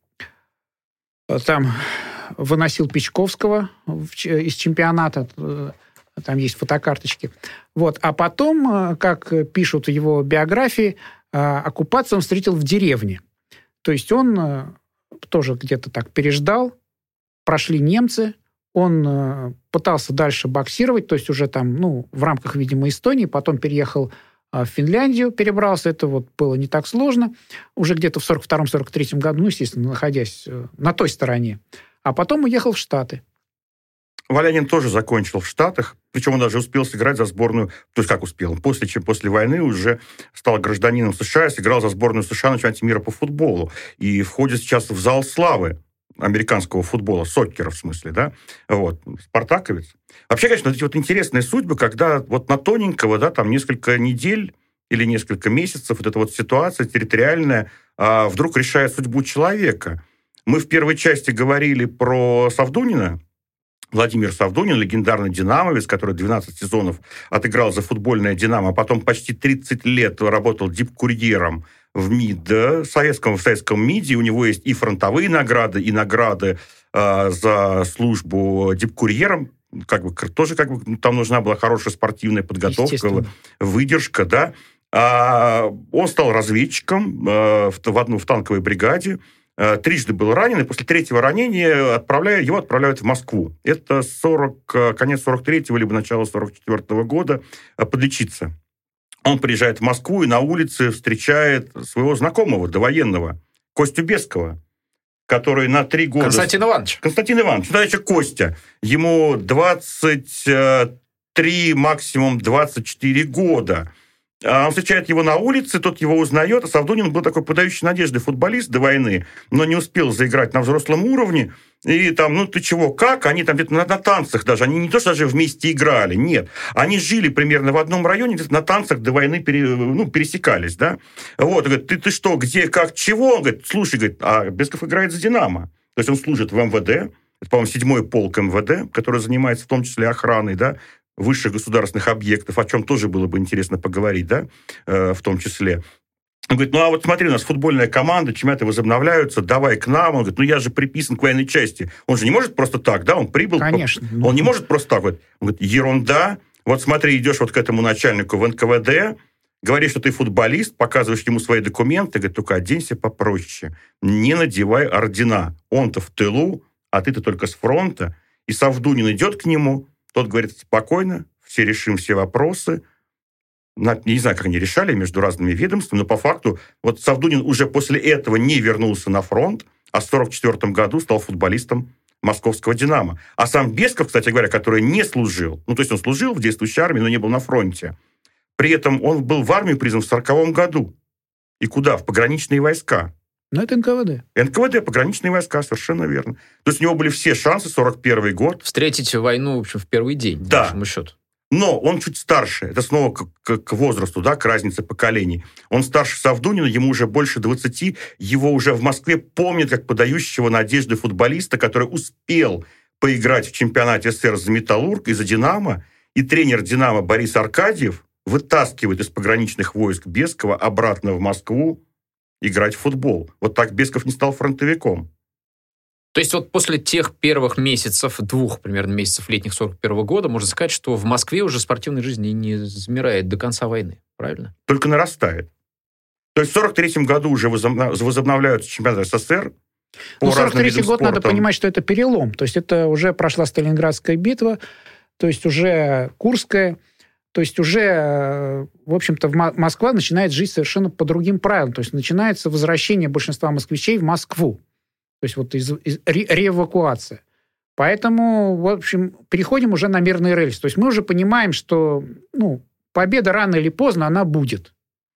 выносил Печковского из чемпионата. Там есть фотокарточки. Вот. А потом, как пишут в его биографии, оккупацию он встретил в деревне. То есть он тоже где-то так переждал, прошли немцы, он пытался дальше боксировать, то есть уже там, в рамках, видимо, Эстонии, потом переехал в Финляндию, перебрался, это вот было не так сложно, уже где-то в 42-43 году, естественно, находясь на той стороне, а потом уехал в Штаты. Валянин тоже закончил в Штатах, причем он даже успел сыграть за сборную, то есть как успел, после войны уже стал гражданином США, сыграл за сборную США на чемпионате мира по футболу и входит сейчас в зал славы американского футбола, соккера в смысле, да, вот, спартаковец. Вообще, конечно, эти вот интересные судьбы, когда вот на тоненького, да, там несколько недель или несколько месяцев вот эта вот ситуация территориальная вдруг решает судьбу человека. Мы в первой части говорили про Савдунина, Владимир Савдунин, легендарный динамовец, который 12 сезонов отыграл за футбольное «Динамо», а потом почти 30 лет работал дипкурьером в МИД, в советском МИДе. У него есть и фронтовые награды, и награды за службу дипкурьером. Тоже там нужна была хорошая спортивная подготовка, выдержка, да. Он стал разведчиком в танковой бригаде. Трижды был ранен, и после третьего ранения его отправляют в Москву. Это конец 43-го, либо начало 44-го года, подлечиться. Он приезжает в Москву и на улице встречает своего знакомого, довоенного, Костю Бескова, который на 3 года... Константин Иванович, дальше Костя. Ему 23, максимум 24 года. Он встречает его на улице, тот его узнает, а Савдунин был такой подающий надежды футболист до войны, но не успел заиграть на взрослом уровне, и там, ты чего, как? Они там где-то на танцах даже, они не то что даже вместе играли, нет, они жили примерно в одном районе, где-то на танцах до войны пересекались, да, вот, говорит, ты что, где, как, чего? Он говорит, слушай, говорит, а Бесков играет за «Динамо», то есть он служит в МВД, это, по-моему, 7-й полк МВД, который занимается в том числе охраной, да, высших государственных объектов, о чем тоже было бы интересно поговорить, да, в том числе. Он говорит, вот смотри, у нас футбольная команда, чемпионаты возобновляются, давай к нам. Он говорит, я же приписан к военной части. Он же не может просто так, да, он прибыл. Конечно. Он не может просто так. Он говорит, ерунда. Вот смотри, идешь вот к этому начальнику в НКВД, говоришь, что ты футболист, показываешь ему свои документы, говорит, только оденься попроще, не надевай ордена. Он-то в тылу, а ты-то только с фронта. И Савдунин идет к нему. Тот говорит, спокойно, все решим все вопросы. Не знаю, как они решали между разными ведомствами, но по факту вот Савдунин уже после этого не вернулся на фронт, а в 1944 году стал футболистом московского «Динамо». А сам Бесков, кстати говоря, который не служил, то есть он служил в действующей армии, но не был на фронте. При этом он был в армию призван в 1940 году. И куда? В пограничные войска. Ну, это НКВД. НКВД, пограничные войска, совершенно верно. То есть у него были все шансы, 41-й год. Встретить войну, в общем, в первый день, да. по большому счету. Но он чуть старше. Это снова к возрасту, да, к разнице поколений. Он старше Савдунина, ему уже больше 20. Его уже в Москве помнят как подающего надежды футболиста, который успел поиграть в чемпионате СССР за «Металлург» и за «Динамо». И тренер «Динамо» Борис Аркадьев вытаскивает из пограничных войск Бескова обратно в Москву играть в футбол. Вот так Бесков не стал фронтовиком. То есть вот после тех первых месяцев, 2 примерно месяцев летних 41 года, можно сказать, что в Москве уже спортивной жизни не замирает до конца войны, правильно? Только нарастает. То есть в 43-м году уже возобновляются чемпионаты СССР. Ну, 43-й год, надо понимать, что это перелом. То есть это уже прошла Сталинградская битва, то есть уже Курская, то есть уже, в общем-то, Москва начинает жить совершенно по другим правилам. То есть начинается возвращение большинства москвичей в Москву. То есть вот реэвакуация. Поэтому, в общем, переходим уже на мирный рельс. То есть мы уже понимаем, что победа рано или поздно, она будет.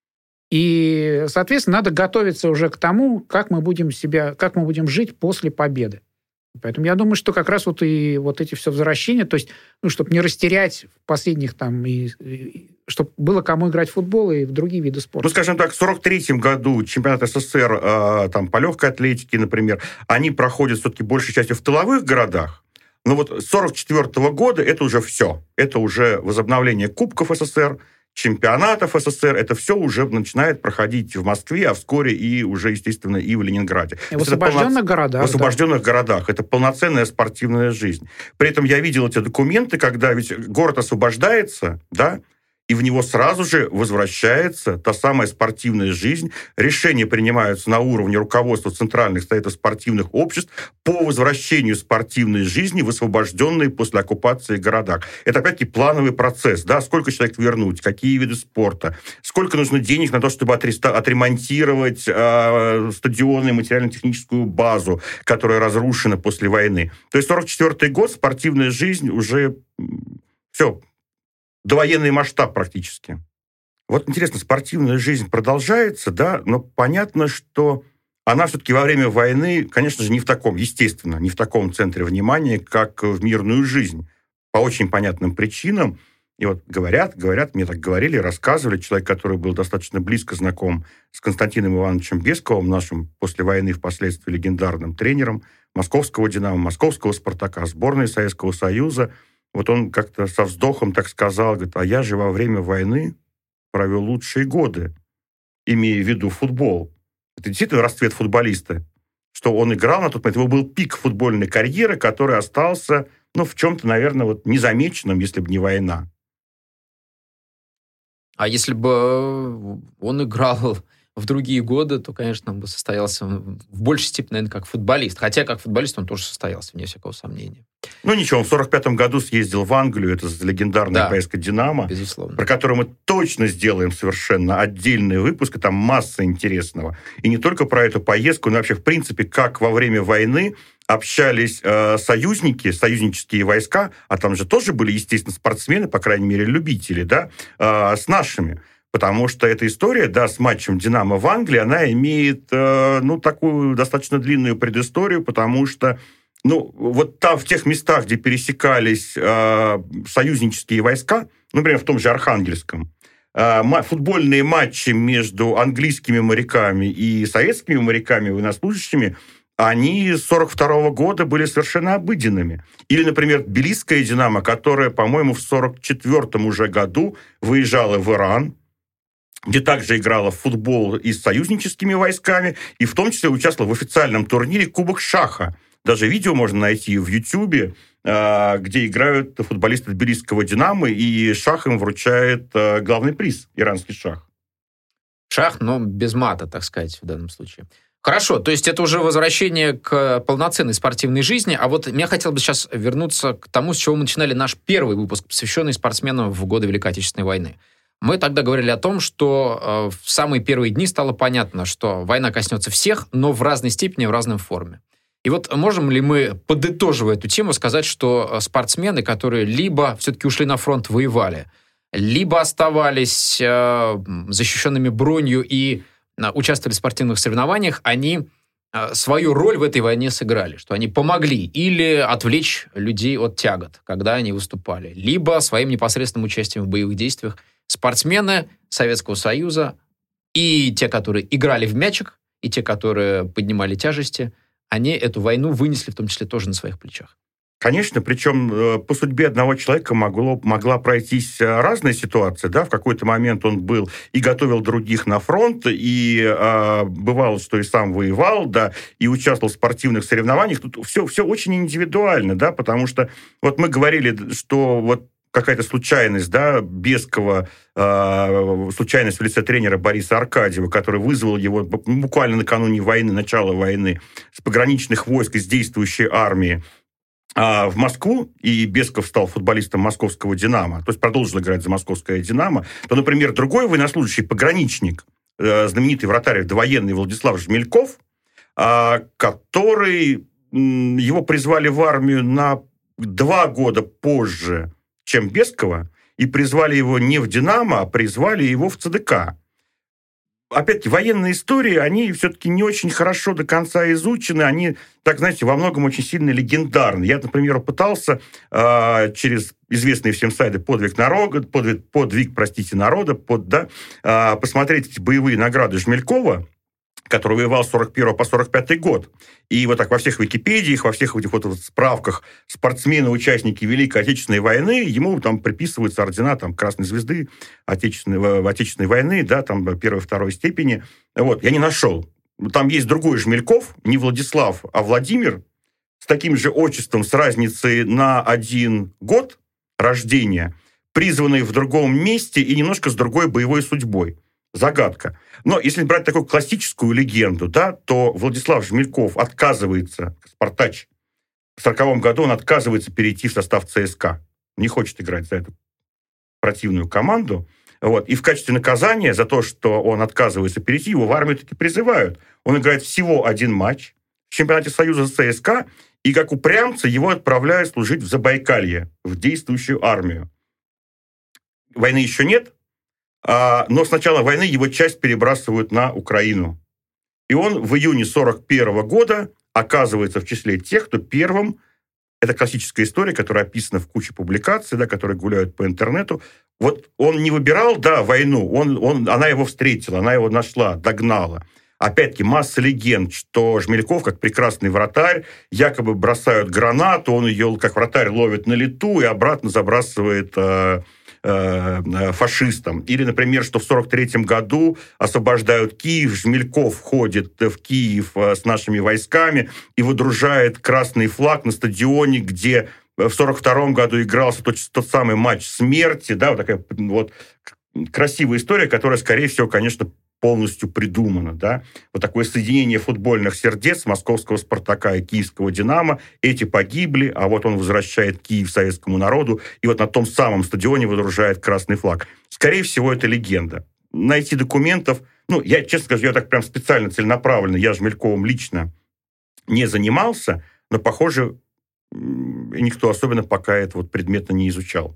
И, соответственно, надо готовиться уже к тому, как мы будем жить после победы. Поэтому я думаю, что как раз вот и вот эти все возвращения, то есть, чтобы не растерять последних там, чтобы было кому играть в футбол и в другие виды спорта. Ну, скажем так, в 43-м году чемпионат СССР там, по легкой атлетике, например, они проходят все-таки большей частью в тыловых городах. Но вот с 44-го года это уже все. Это уже возобновление Кубков СССР, чемпионатов СССР, это все уже начинает проходить в Москве, а вскоре и уже, естественно, и в Ленинграде. И в освобожденных городах. В освобожденных городах. Это полноценная спортивная жизнь. При этом я видел эти документы, когда ведь город освобождается, да, и в него сразу же возвращается та самая спортивная жизнь. Решения принимаются на уровне руководства центральных советов спортивных обществ по возвращению спортивной жизни в освобожденные после оккупации городах. Это, опять-таки, плановый процесс. Да? Сколько человек вернуть, какие виды спорта, сколько нужно денег на то, чтобы отремонтировать стадионы, материально-техническую базу, которая разрушена после войны. То есть 1944 год, спортивная жизнь уже все, довоенный масштаб практически. Вот интересно, спортивная жизнь продолжается, да, но понятно, что она все-таки во время войны, конечно же, не в таком центре внимания, как в мирную жизнь. По очень понятным причинам. И вот говорят, мне так говорили, рассказывали, человек, который был достаточно близко знаком с Константином Ивановичем Бесковым, нашим после войны впоследствии легендарным тренером московского «Динамо», московского «Спартака», сборной Советского Союза. Вот он как-то со вздохом так сказал, говорит, а я же во время войны провел лучшие годы, имея в виду футбол. Это действительно расцвет футболиста, что он играл на тот момент. Его был пик футбольной карьеры, который остался, в чем-то, наверное, вот незамеченным, если бы не война. А если бы он играл в другие годы, то, конечно, он бы состоялся в большей степени, наверное, как футболист. Хотя как футболист он тоже состоялся, вне всякого сомнения. Ничего, он в 1945 году съездил в Англию, это легендарная поездка «Динамо», безусловно, про которую мы точно сделаем совершенно отдельный выпуск, и там масса интересного. И не только про эту поездку, но вообще, в принципе, как во время войны общались союзники, союзнические войска, а там же тоже были, естественно, спортсмены, по крайней мере, любители, да, с нашими. Потому что эта история, да, с матчем «Динамо» в Англии, она имеет, такую достаточно длинную предысторию, потому что, вот там, в тех местах, где пересекались союзнические войска, например, в том же Архангельском, футбольные матчи между английскими моряками и советскими моряками, военнослужащими, они с 1942 года были совершенно обыденными. Или, например, тбилисская «Динамо», которая, по-моему, в 1944 уже году выезжала в Иран, где также играла в футбол и с союзническими войсками, и в том числе участвовала в официальном турнире «Кубок Шаха». Даже видео можно найти в Ютьюбе, где играют футболисты тбилисского «Динамо», и Шах им вручает главный приз, иранский шах. Шах, но без мата, так сказать, в данном случае. Хорошо, то есть это уже возвращение к полноценной спортивной жизни. А вот я хотел бы сейчас вернуться к тому, с чего мы начинали наш первый выпуск, посвященный спортсменам в годы Великой Отечественной войны. Мы тогда говорили о том, что в самые первые дни стало понятно, что война коснется всех, но в разной степени, в разной форме. И вот можем ли мы, подытоживая эту тему, сказать, что спортсмены, которые либо все-таки ушли на фронт, воевали, либо оставались защищенными бронью и участвовали в спортивных соревнованиях, они свою роль в этой войне сыграли, что они помогли или отвлечь людей от тягот, когда они выступали, либо своим непосредственным участием в боевых действиях. Спортсмены Советского Союза и те, которые играли в мячик, и те, которые поднимали тяжести, они эту войну вынесли в том числе тоже на своих плечах. Конечно, причем по судьбе одного человека могла пройтись разная ситуация. Да? В какой-то момент он был и готовил других на фронт, и бывало, что и сам воевал, да, и участвовал в спортивных соревнованиях. Тут все очень индивидуально, да, потому что вот мы говорили, что вот какая-то случайность, да, Бескова, случайность в лице тренера Бориса Аркадьева, который вызвал его буквально накануне войны, начала войны, с пограничных войск из действующей армии в Москву, и Бесков стал футболистом московского «Динамо», то есть продолжил играть за московское «Динамо», то, например, другой военнослужащий, пограничник, знаменитый вратарь довоенный Владислав Жмельков, который его призвали в армию на 2 года позже, чем Бескова, и призвали его не в «Динамо», а призвали его в ЦДК. Опять-таки, военные истории, они все-таки не очень хорошо до конца изучены, они, так знаете, во многом очень сильно легендарны. Я, например, пытался через известные всем сайты подвиг народа, посмотреть эти боевые награды Жмелькова, который воевал с 41 по 45 год. И вот так во всех Википедиях, во всех этих вот справках спортсмены-участники Великой Отечественной войны, ему там приписываются ордена там, Красной Звезды Отечественной войны, да, там 1-2 степени. Вот, я не нашел. Там есть другой Жмельков, не Владислав, а Владимир, с таким же отчеством, с разницей на 1 год рождения, призванный в другом месте и немножко с другой боевой судьбой. Загадка. Но если брать такую классическую легенду, да, то Владислав Жмельков отказывается, спартач, в 1940 году он отказывается перейти в состав ЦСКА. Не хочет играть за эту противную команду. Вот. И в качестве наказания за то, что он отказывается перейти, его в армию таки призывают. Он играет всего 1 матч в чемпионате Союза с ЦСКА, и как упрямца его отправляют служить в Забайкалье, в действующую армию. Войны еще нет, но с начала войны его часть перебрасывают на Украину. И он в июне 1941 года оказывается в числе тех, кто первым, это классическая история, которая описана в куче публикаций, да, которые гуляют по интернету, вот он не выбирал, да, войну, она его встретила, она его нашла, догнала. Опять-таки, масса легенд, что Жмельков, как прекрасный вратарь, якобы бросают гранату, он ее, как вратарь, ловит на лету и обратно забрасывает фашистам. Или, например, что в 1943 году освобождают Киев, Жмельков входит в Киев с нашими войсками и выдружает красный флаг на стадионе, где в 1942 году игрался тот самый матч смерти. Да, вот такая вот красивая история, которая, скорее всего, конечно, полностью придумано, да, вот такое соединение футбольных сердец московского «Спартака» и киевского «Динамо». Эти погибли, а вот он возвращает Киев советскому народу, и вот на том самом стадионе выдружает красный флаг. Скорее всего, это легенда. Найти документов, я, честно скажу, я так прям специально, целенаправленно, я Жмельковым лично не занимался, но, похоже, никто особенно пока это вот предметно не изучал.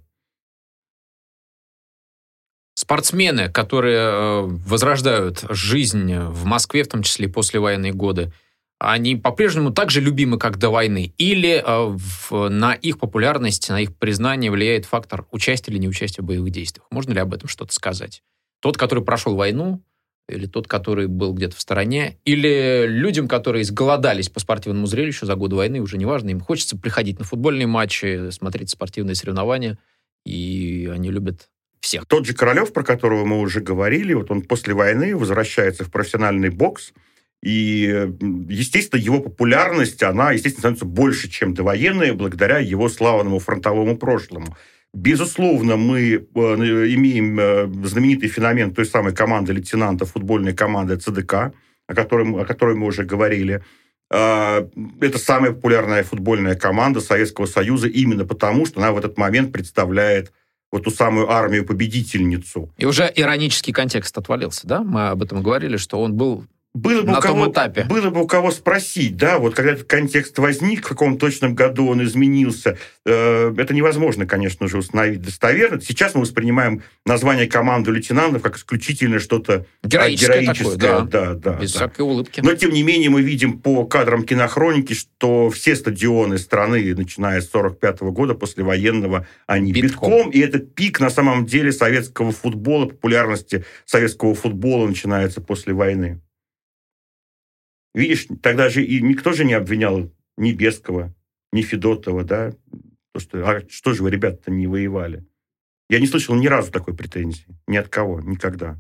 Спортсмены, которые возрождают жизнь в Москве, в том числе и послевоенные годы, они по-прежнему так же любимы, как до войны? Или на их популярность, на их признание влияет фактор участия или неучастия в боевых действиях? Можно ли об этом что-то сказать? Тот, который прошел войну, или тот, который был где-то в стороне, или людям, которые изголодались по спортивному зрелищу за годы войны, уже неважно, им хочется приходить на футбольные матчи, смотреть спортивные соревнования, и они любят всех. Тот же Королев, про которого мы уже говорили, вот он после войны возвращается в профессиональный бокс, и, естественно, его популярность, она, естественно, становится больше, чем довоенная, благодаря его славному фронтовому прошлому. Безусловно, мы имеем знаменитый феномен той самой команды лейтенанта, футбольной команды ЦДК, о которой мы уже говорили. Это самая популярная футбольная команда Советского Союза именно потому, что она в этот момент представляет вот ту самую армию-победительницу. И уже иронический контекст отвалился, да? Мы об этом говорили, что он был на том этапе. Было бы у кого спросить, да, вот когда этот контекст возник, в каком точном году он изменился, это невозможно, конечно же, установить достоверно. Сейчас мы воспринимаем название команды лейтенантов как исключительно что-то героическое. Такое, да. Без всякой улыбки. Но, тем не менее, мы видим по кадрам кинохроники, что все стадионы страны, начиная с 1945 года, послевоенного, они битком. И этот пик, на самом деле, советского футбола, популярности советского футбола начинается после войны. Видишь, тогда же и никто же не обвинял ни Бескова, ни Федотова, да, что же вы, ребята-то, не воевали? Я не слышал ни разу такой претензии. Ни от кого, никогда.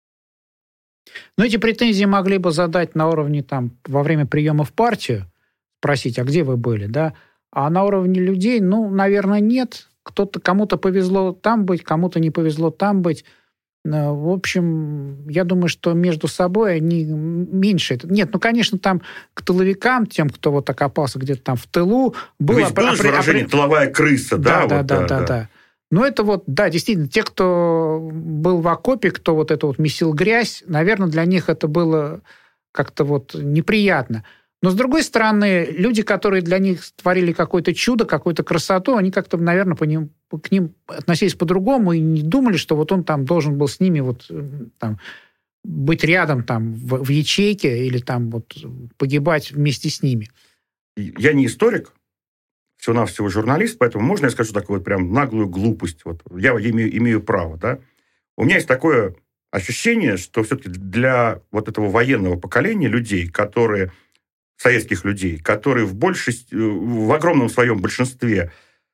Но эти претензии могли бы задать на уровне, там, во время приема в партию, спросить, а где вы были, да? А на уровне людей, наверное, нет. Кому-то повезло там быть, кому-то не повезло там быть. В общем, я думаю, что между собой они меньше... Нет, конечно, там к тыловикам, тем, кто вот окопался где-то там в тылу... Было же выражение «тыловая крыса», да? Да. Но это действительно, те, кто был в окопе, кто вот это вот месил грязь, наверное, для них это было как-то неприятно. Но, с другой стороны, люди, которые для них творили какое-то чудо, какую-то красоту, они как-то, наверное, к ним относились по-другому и не думали, что он там должен был с ними быть рядом там, в ячейке или там погибать вместе с ними. Я не историк, всего-навсего журналист, поэтому можно я скажу такую прям наглую глупость? Я имею право, да? У меня есть такое ощущение, что все-таки для этого военного поколения людей, советских людей, которые в огромном своем большинстве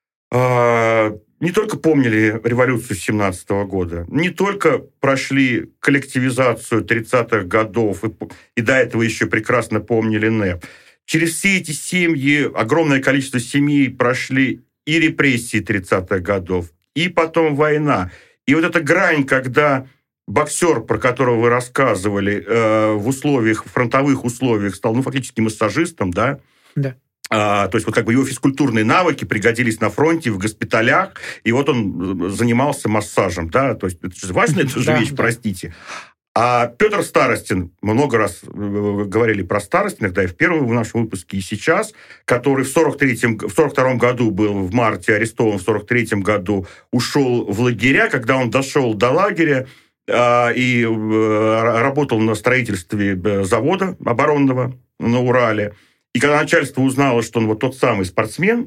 не только помнили революцию 1917 года, не только прошли коллективизацию 30-х годов и до этого еще прекрасно помнили НЭП. Через все эти семьи, огромное количество семей прошли и репрессии 30-х годов, и потом война. И эта грань, когда боксер, про которого вы рассказывали, в фронтовых условиях стал, фактически массажистом, да? Да. То есть его физкультурные навыки пригодились на фронте, в госпиталях, и он занимался массажем, да? То есть это же важная вещь, простите. А Петр Старостин, много раз говорили про Старостина, да, и в первом нашем выпуске, и сейчас, который в 1942 году был в марте арестован, в 1943 году ушел в лагеря. Когда он дошел до лагеря и работал на строительстве завода оборонного на Урале, и когда начальство узнало, что он тот самый спортсмен,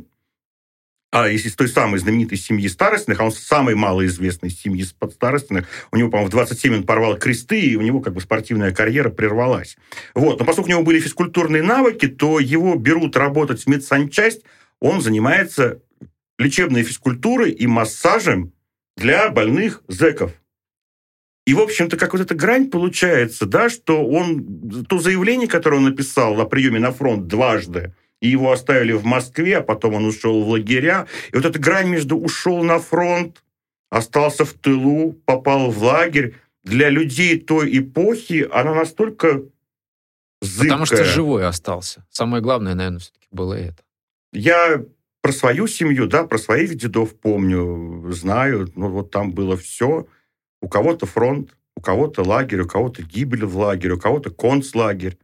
из той самой знаменитой семьи Старостиных, а он самой малоизвестной семьи Старостиных, у него, по-моему, в 27 он порвал кресты, и у него спортивная карьера прервалась. Но поскольку у него были физкультурные навыки, то его берут работать в медсанчасть, он занимается лечебной физкультурой и массажем для больных зэков. И, в общем-то, как эта грань получается, да, что то заявление, которое он написал на приеме на фронт дважды, и его оставили в Москве, а потом он ушел в лагеря. И эта грань между ушел на фронт, остался в тылу, попал в лагерь, для людей той эпохи она настолько зыбкая. Потому что живой остался. Самое главное, наверное, все-таки было это. Я про свою семью, да, про своих дедов помню, знаю. Там было все. У кого-то фронт, у кого-то лагерь, у кого-то гибель в лагере, у кого-то концлагерь.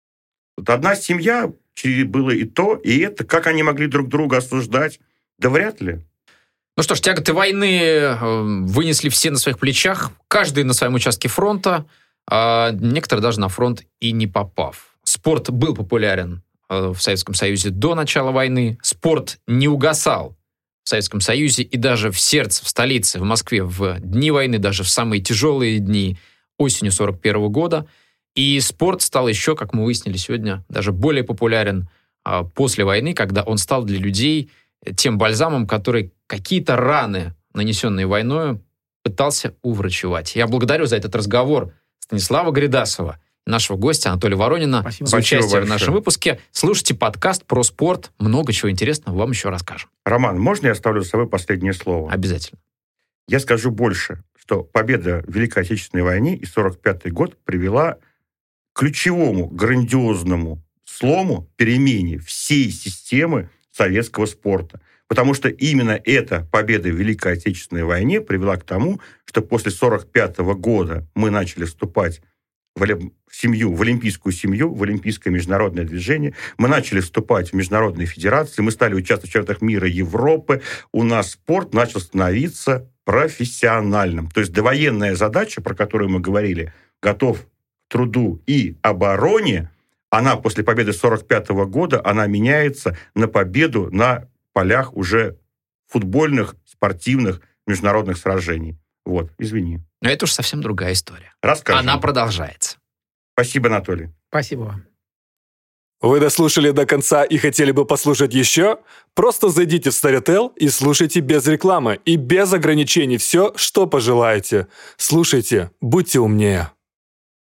Одна семья... было и то, и это. Как они могли друг друга осуждать? Да вряд ли. Ну что ж, тяготы войны вынесли все на своих плечах, каждый на своем участке фронта, а некоторые даже на фронт и не попав. Спорт был популярен в Советском Союзе до начала войны. Спорт не угасал в Советском Союзе и даже в сердце, в столице, в Москве в дни войны, даже в самые тяжелые дни осенью 1941 года. И спорт стал еще, как мы выяснили сегодня, даже более популярен после войны, когда он стал для людей тем бальзамом, который какие-то раны, нанесенные войной, пытался уврачевать. Я благодарю за этот разговор Станислава Гридасова, нашего гостя Анатолия Воронина. Спасибо. За участие в нашем выпуске. Слушайте подкаст про спорт. Много чего интересного вам еще расскажем. Роман, можно я оставлю за собой последнее слово? Обязательно. Я скажу больше, что победа в Великой Отечественной войне и 1945 год привела к ключевому, грандиозному слому, перемене всей системы советского спорта. Потому что именно эта победа в Великой Отечественной войне привела к тому, что после 1945 года мы начали вступать в олимпийскую семью, в олимпийское международное движение. Мы начали вступать в международные федерации, мы стали участвовать в чемпионатах мира, Европы. У нас спорт начал становиться профессиональным. То есть довоенная задача, про которую мы говорили, готов к труду и обороне, она после победы 1945 года, она меняется на победу на полях уже футбольных, спортивных, международных сражений. Вот, извини. Но это уж совсем другая история. Расскажем. Она продолжается. Спасибо, Анатолий. Спасибо вам. Вы дослушали до конца и хотели бы послушать еще? Просто зайдите в Storytel и слушайте без рекламы и без ограничений все, что пожелаете. Слушайте, будьте умнее.